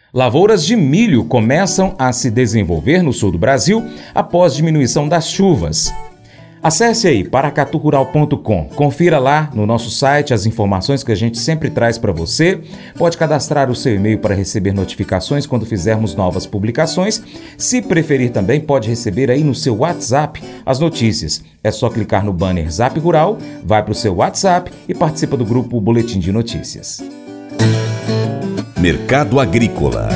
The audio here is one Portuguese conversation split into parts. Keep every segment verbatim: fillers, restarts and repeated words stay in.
Lavouras de milho começam a se desenvolver no sul do Brasil após diminuição das chuvas. Acesse aí paracatu rural ponto com, confira lá no nosso site as informações que a gente sempre traz para você. Pode cadastrar o seu e-mail para receber notificações quando fizermos novas publicações. Se preferir também, pode receber aí no seu WhatsApp as notícias. É só clicar no banner Zap Rural, vai para o seu WhatsApp e participa do grupo Boletim de Notícias. Mercado Agrícola.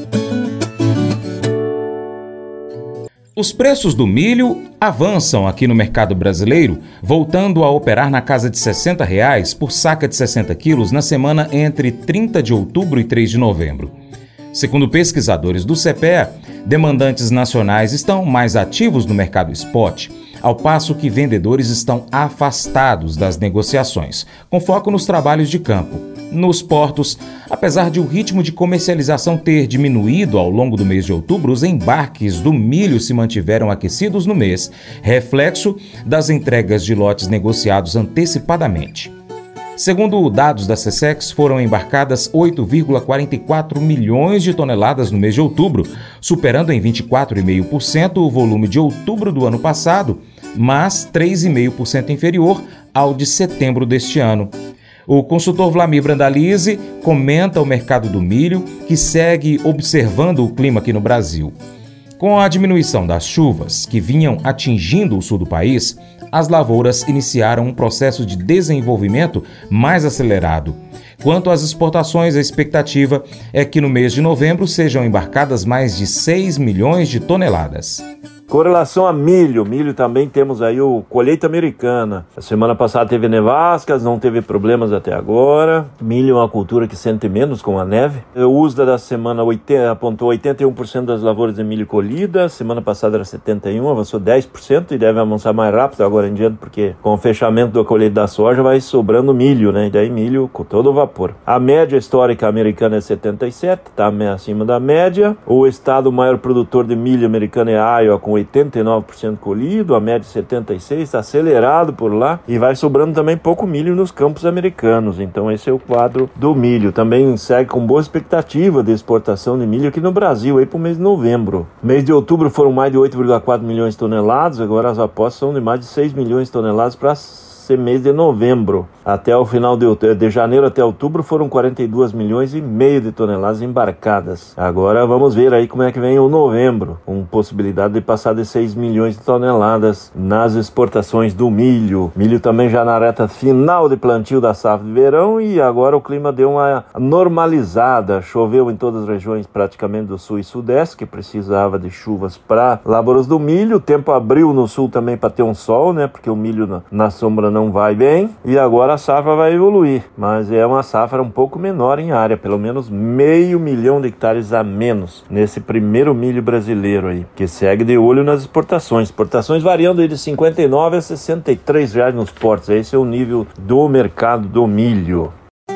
Os preços do milho avançam aqui no mercado brasileiro, voltando a operar na casa de sessenta reais por saca de sessenta quilos na semana entre trinta de outubro e três de novembro. Segundo pesquisadores do C P E A, demandantes nacionais estão mais ativos no mercado spot, ao passo que vendedores estão afastados das negociações, com foco nos trabalhos de campo. Nos portos, apesar de o ritmo de comercialização ter diminuído ao longo do mês de outubro, os embarques do milho se mantiveram aquecidos no mês, reflexo das entregas de lotes negociados antecipadamente. Segundo dados da SECEX, foram embarcadas oito vírgula quarenta e quatro milhões de toneladas no mês de outubro, superando em vinte e quatro vírgula cinco por cento o volume de outubro do ano passado, mas três vírgula cinco por cento inferior ao de setembro deste ano. O consultor Vlamir Brandalize comenta o mercado do milho, que segue observando o clima aqui no Brasil. Com a diminuição das chuvas, que vinham atingindo o sul do país, as lavouras iniciaram um processo de desenvolvimento mais acelerado. Quanto às exportações, a expectativa é que no mês de novembro sejam embarcadas mais de seis milhões de toneladas. Com relação a milho, milho também temos aí o colheita americana. A semana passada teve nevascas, não teve problemas até agora. Milho é uma cultura que sente menos com a neve. O U S D A da semana oitenta, apontou oitenta e um por cento das lavouras de milho colhidas. Semana passada era setenta e um por cento, avançou dez por cento e deve avançar mais rápido agora em diante, porque com o fechamento da colheita da soja vai sobrando milho, né? E daí milho com todo o vapor. A média histórica americana é setenta e sete, está acima da média. O estado maior produtor de milho americano é Iowa, com oitenta e nove por cento colhido, a média setenta e seis por cento, está acelerado por lá e vai sobrando também pouco milho nos campos americanos. Então esse é o quadro do milho. Também segue com boa expectativa de exportação de milho aqui no Brasil, aí para o mês de novembro. Mês de outubro foram mais de oito vírgula quatro milhões de toneladas, agora as apostas são de mais de seis milhões de toneladas para mês de novembro. Até o final de, de janeiro até outubro foram quarenta e dois milhões e meio de toneladas embarcadas. Agora vamos ver aí como é que vem o novembro, com possibilidade de passar de seis milhões de toneladas nas exportações do milho. Milho também já na reta final de plantio da safra de verão e agora o clima deu uma normalizada. Choveu em todas as regiões praticamente do sul e sudeste, que precisava de chuvas para lavouras do milho. O tempo abriu no sul também para ter um sol, né? Porque o milho na, na sombra não não vai bem e agora a safra vai evoluir, mas é uma safra um pouco menor em área, pelo menos meio milhão de hectares a menos nesse primeiro milho brasileiro aí, que segue de olho nas exportações, exportações variando aí de cinquenta e nove a sessenta e três reais nos portos. Esse é o nível do mercado do milho.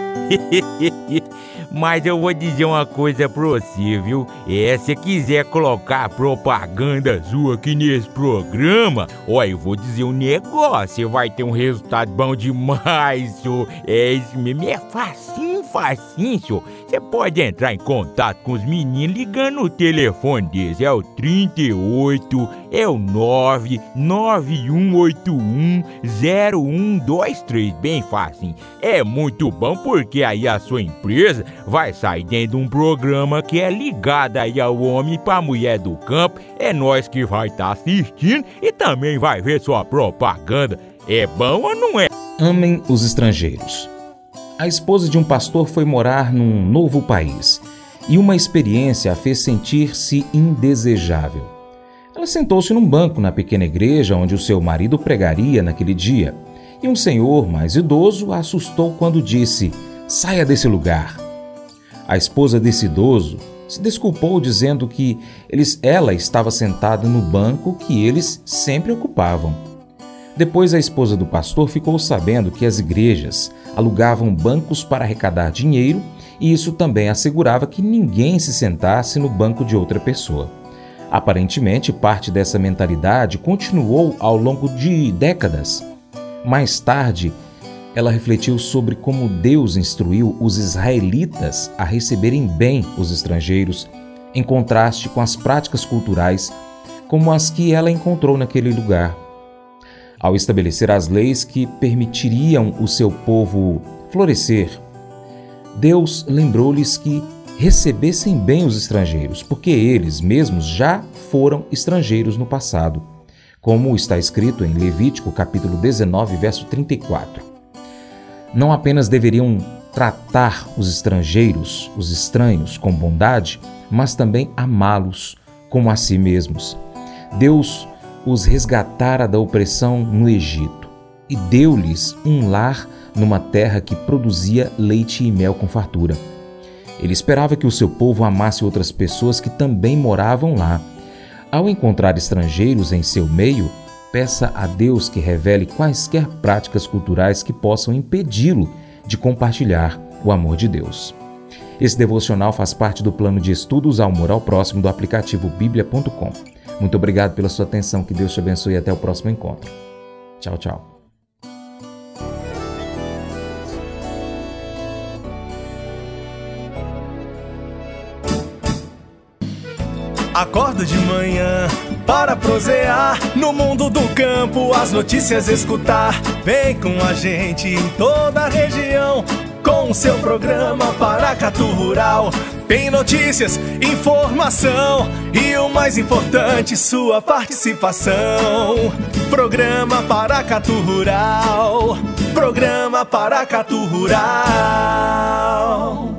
Mas eu vou dizer uma coisa pra você, viu? É, se quiser colocar propaganda sua aqui nesse programa, ó, eu vou dizer um negócio, você vai ter um resultado bom demais, senhor. É isso mesmo, é facinho, facinho, senhor. Você pode entrar em contato com os meninos ligando no telefone deles, é o trinta e oito, é o nove nove um oito um zero um dois três, bem facinho. É muito bom porque aí a sua empresa vai sair dentro de um programa que é ligado aí ao homem para a mulher do campo. É nós que vai estar tá assistindo e também vai ver sua propaganda. É bom ou não é? Amem os estrangeiros. A esposa de um pastor foi morar num novo país e uma experiência a fez sentir-se indesejável. Ela sentou-se num banco na pequena igreja onde o seu marido pregaria naquele dia e um senhor mais idoso a assustou quando disse: "Saia desse lugar." A esposa desse idoso se desculpou dizendo que eles, ela estava sentada no banco que eles sempre ocupavam. Depois a esposa do pastor ficou sabendo que as igrejas alugavam bancos para arrecadar dinheiro e isso também assegurava que ninguém se sentasse no banco de outra pessoa. Aparentemente, parte dessa mentalidade continuou ao longo de décadas. Mais tarde, ela refletiu sobre como Deus instruiu os israelitas a receberem bem os estrangeiros, em contraste com as práticas culturais como as que ela encontrou naquele lugar. Ao estabelecer as leis que permitiriam o seu povo florescer, Deus lembrou-lhes que recebessem bem os estrangeiros, porque eles mesmos já foram estrangeiros no passado, como está escrito em Levítico capítulo dezenove, verso trinta e quatro. Não apenas deveriam tratar os estrangeiros, os estranhos, com bondade, mas também amá-los como a si mesmos. Deus os resgatara da opressão no Egito e deu-lhes um lar numa terra que produzia leite e mel com fartura. Ele esperava que o seu povo amasse outras pessoas que também moravam lá. Ao encontrar estrangeiros em seu meio, peça a Deus que revele quaisquer práticas culturais que possam impedi-lo de compartilhar o amor de Deus. Esse devocional faz parte do plano de estudos ao amor ao próximo do aplicativo bíblia ponto com. Muito obrigado pela sua atenção, que Deus te abençoe e até o próximo encontro. Tchau, tchau. Acordo de manhã para prosear no mundo do campo, as notícias escutar. Vem com a gente em toda a região com o seu programa Paracatu Rural. Tem notícias, informação e o mais importante, sua participação. Programa Paracatu Rural. Programa Paracatu Rural.